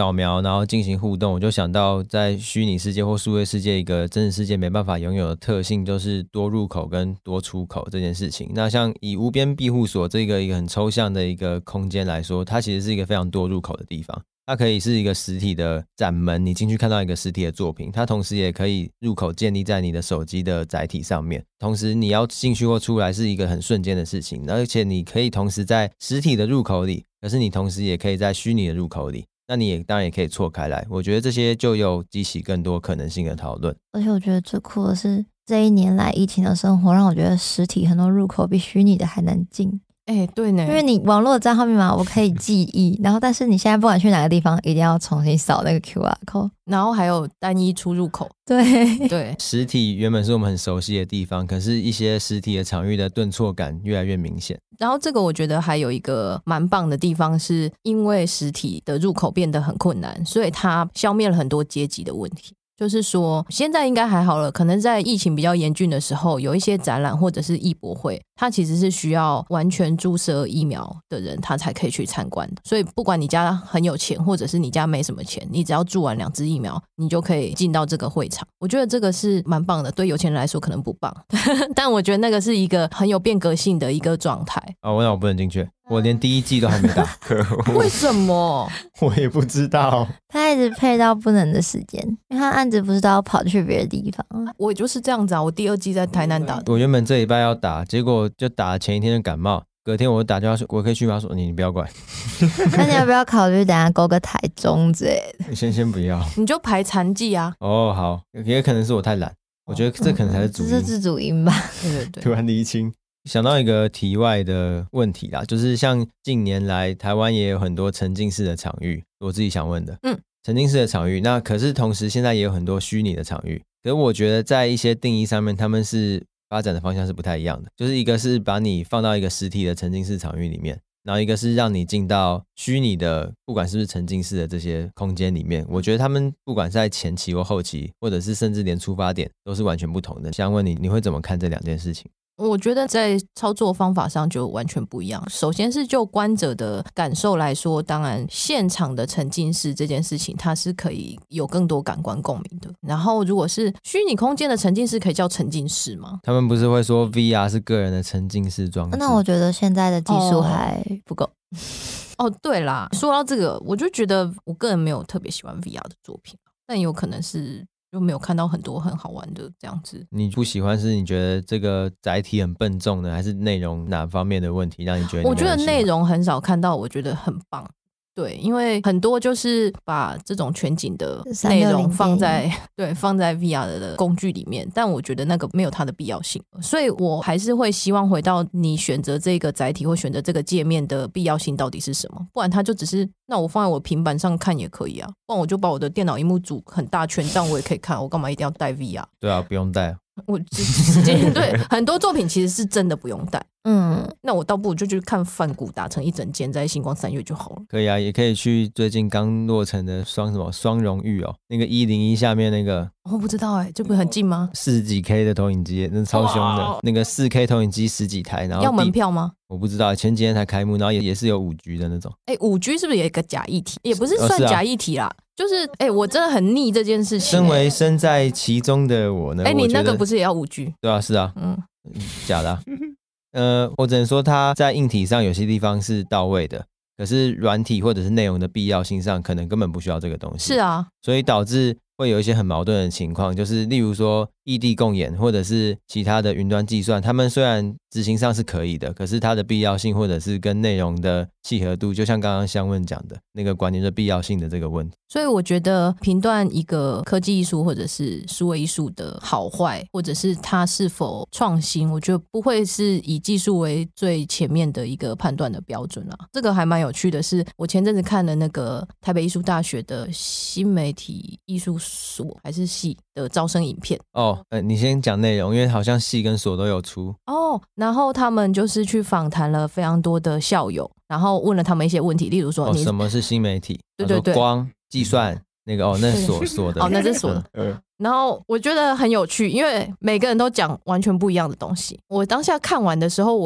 扫描然后进行互动，我就想到在虚拟世界或数位世界一个真实世界没办法拥有的特性，就是多入口跟多出口这件事情。那像以无边庇护所这个一个很抽象的一个空间来说，它其实是一个非常多入口的地方。它可以是一个实体的展门，你进去看到一个实体的作品，它同时也可以入口建立在你的手机的载体上面，同时你要进去或出来是一个很瞬间的事情，而且你可以同时在实体的入口里，可是你同时也可以在虚拟的入口里，那你也当然也可以错开来，我觉得这些就有激起更多可能性的讨论。 而且我觉得最酷的是这一年来疫情的生活让我觉得实体很多入口比虚拟的还难进。 哎、欸，对呢， 因为你网络账号密码我可以记忆，然后但是你现在不管去哪个地方，一定要重新扫那个 Q R code， 然后还有单一出入口。 对对， 实体原本是我们很熟悉的地方，可是一些实体的场域的顿挫感越来越明显。 然后这个我觉得还有一个蛮棒的地方，是因为实体的入口变得很困难，所以它消灭了很多阶级的问题。就是说现在应该还好了，可能在疫情比较严峻的时候，有一些展览或者是艺博会，它其实是需要完全注射疫苗的人他才可以去参观的。所以不管你家很有钱或者是你家没什么钱，你只要注完两支疫苗你就可以进到这个会场。我觉得这个是蛮棒的，对有钱人来说可能不棒但我觉得那个是一个很有变革性的一个状态。 哦，那我不能进去，我连第一季都还没打可恶， 为什么？ 我也不知道， 他一直配到不能的时间，因为他案子不是都要跑去别的地方。 我也就是这样子啊，我第二季在台南打的。 我原本这礼拜要打，结果就打前一天就感冒，隔天我就打电话说我可以去吗？说你不要管那你要不要考虑等一下勾个台中之类的？ 先先不要你就排残季啊。 哦，好，也可能是我太懒，我觉得这可能才是主因， 这是自主因吧。 对对对， 突然厘清。想到一个题外的问题啦，就是像近年来台湾也有很多沉浸式的场域，我自己想问的， 嗯， 沉浸式的场域，那可是同时现在也有很多虚拟的场域，可是我觉得在一些定义上面，他们是发展的方向是不太一样的，就是一个是把你放到一个实体的沉浸式场域里面，然后一个是让你进到虚拟的，不管是不是沉浸式的这些空间里面，我觉得他们不管在前期或后期，或者是甚至连出发点都是完全不同的。想问你，你会怎么看这两件事情？ 我觉得在操作方法上就完全不一样。首先是就观者的感受来说，当然现场的沉浸式这件事情它是可以有更多感官共鸣的。然后如果是虚拟空间的沉浸式，可以叫沉浸式吗？ 他们不是会说 V R 是个人的沉浸式装置？ 那我觉得现在的技术还不够。 哦，对啦，说到这个，我就觉得我个人没有特别喜欢 V R 的作品，但有可能是就没有看到很多很好玩的这样子。 你不喜欢是你觉得这个载体很笨重呢，还是内容哪方面的问题让你觉得你？ 我觉得内容很少看到，我觉得很棒。对，因为很多就是把这种全景的内容放在对放在 V R 的工具里面，但我觉得那个没有它的必要性，所以我还是会希望回到你选择这个载体或选择这个界面的必要性到底是什么，不然它就只是那我放在我平板上看也可以啊，不然我就把我的电脑萤幕组很大圈，这样我也可以看，我干嘛一定要带 V R？ 对啊，不用带。 我对很多作品其实是真的不用带， 嗯， 那我倒不如就去看梵谷打成一整件在星光三月就好了。 可以啊，也可以去最近刚落成的双什么双荣誉哦，那个一零一下面那个， 我、哦、不知道哎、欸，这不是很近吗？ 四十几 K 的投影机，那超凶的，那个四 K 投影机十几台，然后要门票吗？ 我不知道，前几天才开幕，然后也也是有五 G 的那种。 哎、欸，五 G 是不是有一个假议题？也不是算假议题啦，哦是啊、就是哎、欸，我真的很腻这件事情、欸。 身为身在其中的我呢， 哎、欸，你那个不是也要五 G？ 对啊，是啊， 嗯， 假的、啊。呃，我只能说它在硬体上有些地方是到位的，可是软体或者是内容的必要性上，可能根本不需要这个东西。 是啊， 所以导致会有一些很矛盾的情况，就是例如说异地共演或者是其他的云端计算，他们虽然执行上是可以的，可是它的必要性或者是跟内容的契合度，就像刚刚香问讲的那个关键的必要性的这个问题。 所以我觉得评断一个科技艺术或者是数位艺术的好坏，或者是它是否创新，我觉得不会是以技术为最前面的一个判断的标准啊。这个还蛮有趣的是，我前阵子看了那个台北艺术大学的新媒体艺术所还是系的招生影片哦，呃，你先讲内容，因为好像系跟所都有出哦。然后他们就是去访谈了非常多的校友，然后问了他们一些问题，例如说你、 哦、什么是新媒体？ 对对对， 光计算那个哦，那是所所的哦，那是所的。嗯，然后我觉得很有趣，因为每个人都讲完全不一样的东西。我当下看完的时候，我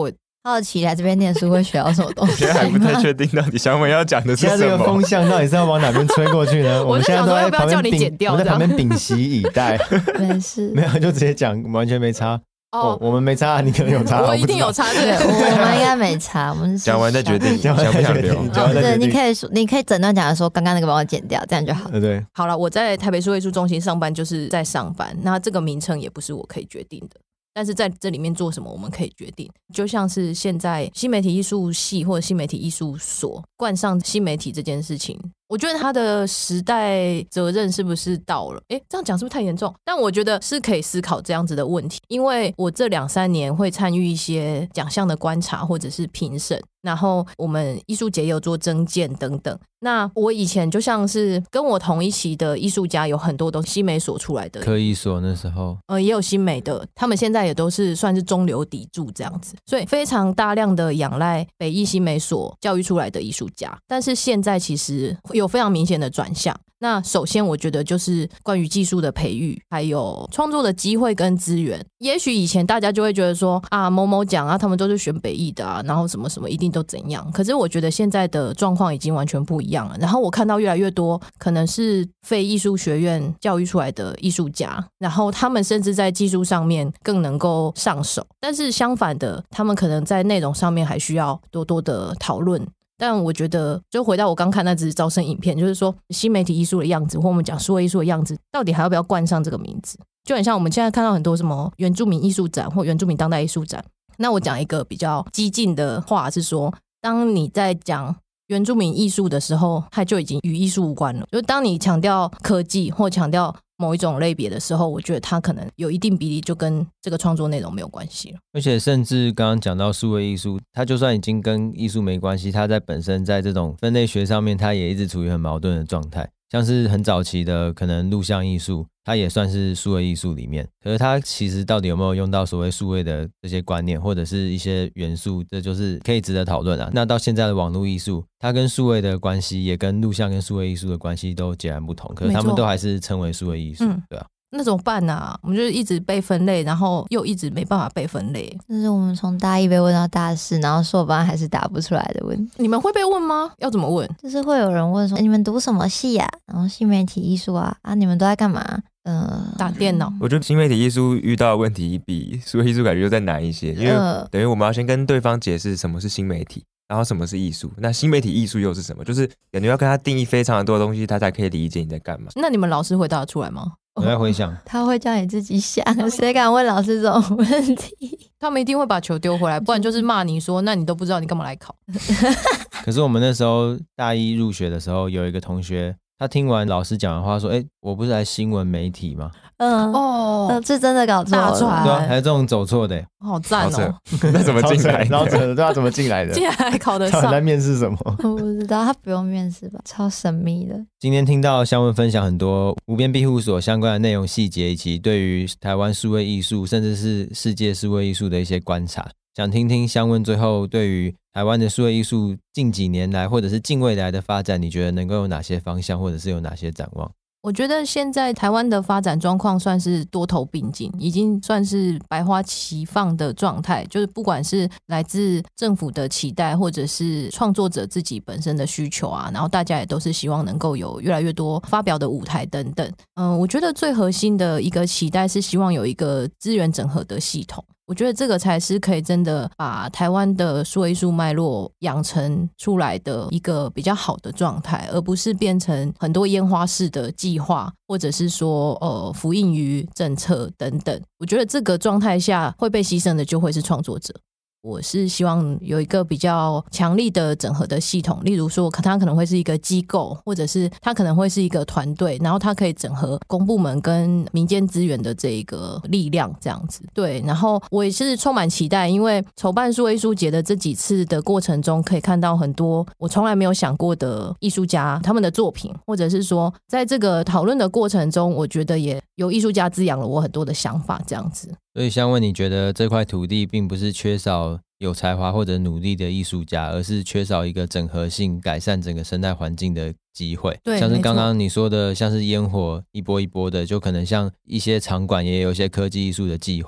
好奇来这边念书会学到什么东西？ 现在还不太确定到底香文要讲的是什么。 现在这个风向到底是要往哪边吹过去呢？我们现在都在旁边屏，我们在旁边屏息以待。 没事， 没有就直接讲，完全没差。哦，我们没差，你可能有差。 我一定有差，对， 我们应该没差。我们讲完再决定， 讲想不想留？ 对，你可以说，你可以整段讲的说，刚刚那个帮我剪掉，这样就好。 对对。 好了，我在台北数位艺术中心上班，就是在上班。那这个名称也不是我可以决定的。但是在这里面做什么我们可以决定，就像是现在新媒体艺术系或者新媒体艺术所冠上新媒体这件事情，我觉得它的时代责任是不是到了？诶，这样讲是不是太严重？但我觉得是可以思考这样子的问题，因为我这两三年会参与一些奖项的观察或者是评审，然后我们艺术节也有做征件等等。那我以前就像是跟我同一期的艺术家有很多都新媒所出来的， 科艺所那时候呃也有新媒的，他们现在也都是算是中流砥柱这样子，所以非常大量的仰赖北艺新媒所教育出来的艺术家。但是现在其实有非常明显的转向。那首先我觉得就是关于技术的培育还有创作的机会跟资源，也许以前大家就会觉得说啊某某奖啊他们都是选北艺的啊，然后什么什么一定都怎样，可是我觉得现在的状况已经完全不一样了。然后我看到越来越多可能是非艺术学院教育出来的艺术家，然后他们甚至在技术上面更能够上手，但是相反的他们可能在内容上面还需要多多的讨论。但我觉得就回到我刚看那支招生影片，就是说新媒体艺术的样子或我们讲数位艺术的样子到底还要不要冠上这个名字，就很像我们现在看到很多什么原住民艺术展或原住民当代艺术展。那我讲一个比较激进的话是说，当你在讲原住民艺术的时候它就已经与艺术无关了，就是当你强调科技或强调某一种类别的时候，我觉得它可能有一定比例就跟这个创作内容没有关系了。 而且甚至刚刚讲到数位艺术，它就算已经跟艺术没关系，它在本身在这种分类学上面它也一直处于很矛盾的状态。像是很早期的可能录像艺术，它也算是数位艺术里面，可是它其实到底有没有用到所谓数位的这些观念或者是一些元素，这就是可以值得讨论啊。那到现在的网络艺术，它跟数位的关系也跟录像跟数位艺术的关系都截然不同，可是他们都还是称为数位艺术、嗯、对啊。 那怎么办啊？我们就是一直被分类，然后又一直没办法被分类。 这是我们从大一被问到大四，然后硕班还是答不出来的问题。 你们会被问吗？要怎么问？ 就是会有人问说、欸、你们读什么系啊？然后新媒体艺术啊啊，你们都在干嘛？呃， 打电脑。 我觉得新媒体艺术遇到的问题比数位艺术感觉就再难一些，因为等于我们要先跟对方解释什么是新媒体，然后什么是艺术，那新媒体艺术又是什么？就是感觉要跟他定义非常的多的东西，他才可以理解你在干嘛。 那你们老师回答得出来吗？ 我在回想， 他会叫你自己想，谁敢问老师这种问题？ 他们一定会把球丢回来，不然就是骂你说，那你都不知道你干嘛来考。 可是我们那时候大一入学的时候，有一个同学，他听完老师讲的话说，哎、欸，我不是来新闻媒体吗？ 嗯哦，呃、这真的搞错了， 对啊，还有这种走错的、欸， 好赞哦！ 那怎么进来的？ 然后对他怎么进来的？ 竟然还考得上？ 他在面试什么？ 我不知道，他不用面试吧？超神秘的。 今天听到香文分享很多无边庇护所相关的内容细节，以及对于台湾数位艺术，甚至是世界数位艺术的一些观察。想听听香文最后对于台湾的数位艺术近几年来或者是近未来的发展，你觉得能够有哪些方向，或者是有哪些展望？ 我觉得现在台湾的发展状况算是多头并进，已经算是百花齐放的状态，就是不管是来自政府的期待，或者是创作者自己本身的需求啊，然后大家也都是希望能够有越来越多发表的舞台等等。嗯，我觉得最核心的一个期待是希望有一个资源整合的系统，我觉得这个才是可以真的把台湾的数位艺术脉络养成出来的一个比较好的状态，而不是变成很多烟花式的计划，或者是说呃服膺于政策等等。我觉得这个状态下会被牺牲的就会是创作者。我是希望有一个比较强力的整合的系统，例如说它可能会是一个机构，或者是它可能会是一个团队，然后它可以整合公部门跟民间资源的这一个力量这样子。对，然后我也是充满期待，因为筹办数位艺术节的这几次的过程中，可以看到很多我从来没有想过的艺术家他们的作品，或者是说在这个讨论的过程中，我觉得也有艺术家滋养了我很多的想法这样子。 所以想问，你觉得这块土地并不是缺少有才华或者努力的艺术家，而是缺少一个整合性改善整个生态环境的机会。 对， 像是刚刚你说的，像是烟火一波一波的，就可能像一些场馆也有一些科技艺术的计划，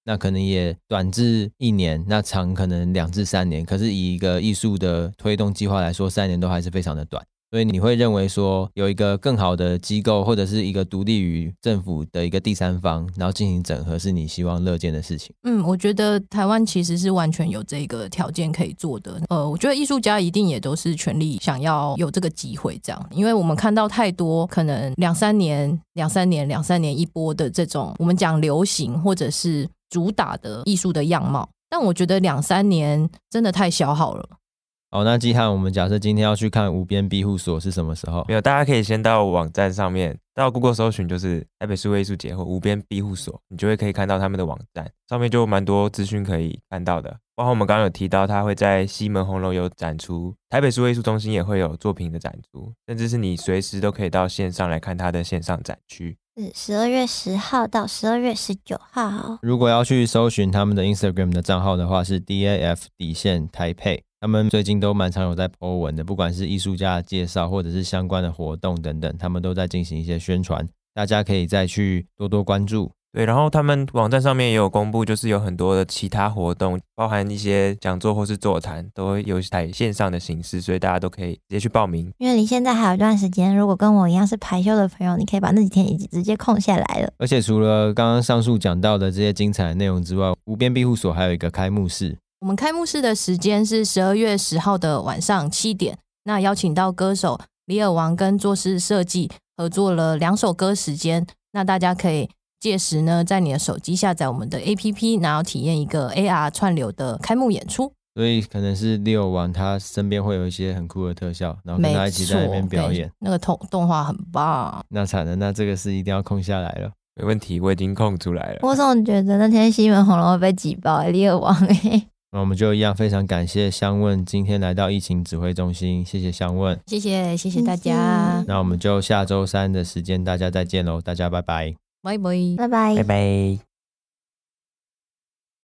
那可能也短至一年，那长可能两至三年，可是以一个艺术的推动计划来说，三年都还是非常的短。所以你会认为说有一个更好的机构或者是一个独立于政府的一个第三方，然后进行整合，是你希望乐见的事情？ 嗯，我觉得台湾其实是完全有这个条件可以做的。呃，我觉得艺术家一定也都是全力想要有这个机会这样，因为我们看到太多可能两三年、两三年、两三年一波的这种我们讲流行或者是主打的艺术的样貌，但我觉得两三年真的太消耗了。 好，那基汉，我们假设今天要去看无边庇护所是什么时候？ 没有，大家可以先到网站上面，到 Google 搜寻就是台北数位艺术节或无边庇护所，你就会可以看到他们的网站，上面就蛮多资讯可以看到的。包括我们刚刚有提到，它会在西门红楼有展出，台北数位艺术中心也会有作品的展出，甚至是你随时都可以到线上来看它的线上展区。 是十二月十号到十二月十九号。 如果要去搜寻他们的 Instagram 的账号的话，是 D A F 底线台北。他们最近都蛮常有在 po 文的，不管是艺术家的介绍或者是相关的活动等等，他们都在进行一些宣传，大家可以再去多多关注。 对，然后他们网站上面也有公布，就是有很多的其他活动，包含一些讲座或是座谈，都会有采线上的形式，所以大家都可以直接去报名。 因为离现在还有一段时间，如果跟我一样是排休的朋友，你可以把那几天已经直接空下来了。 而且除了刚刚上述讲到的这些精彩的内容之外，无边庇护所还有一个开幕式。 我们开幕式的时间是十二月十号的晚上七点，那邀请到歌手李尔王跟作势设计合作了两首歌时间，那大家可以届时呢在你的手机下载我们的 A P P， 然后体验一个 A R 串流的开幕演出。 所以可能是李尔王他身边会有一些很酷的特效，然后跟他一起在那边表演， 那个动动画很棒。 那惨了，那这个是一定要空下来了。 没问题，我已经空出来了。 我总觉得那天西门红楼会被挤爆、欸，李尔王哎、欸。 那我们就一样非常感谢香问今天来到疫情指挥中心，谢谢香问， 谢谢谢谢大家。 那我们就下周三的时间大家再见喽，大家拜拜， 拜拜拜拜拜拜。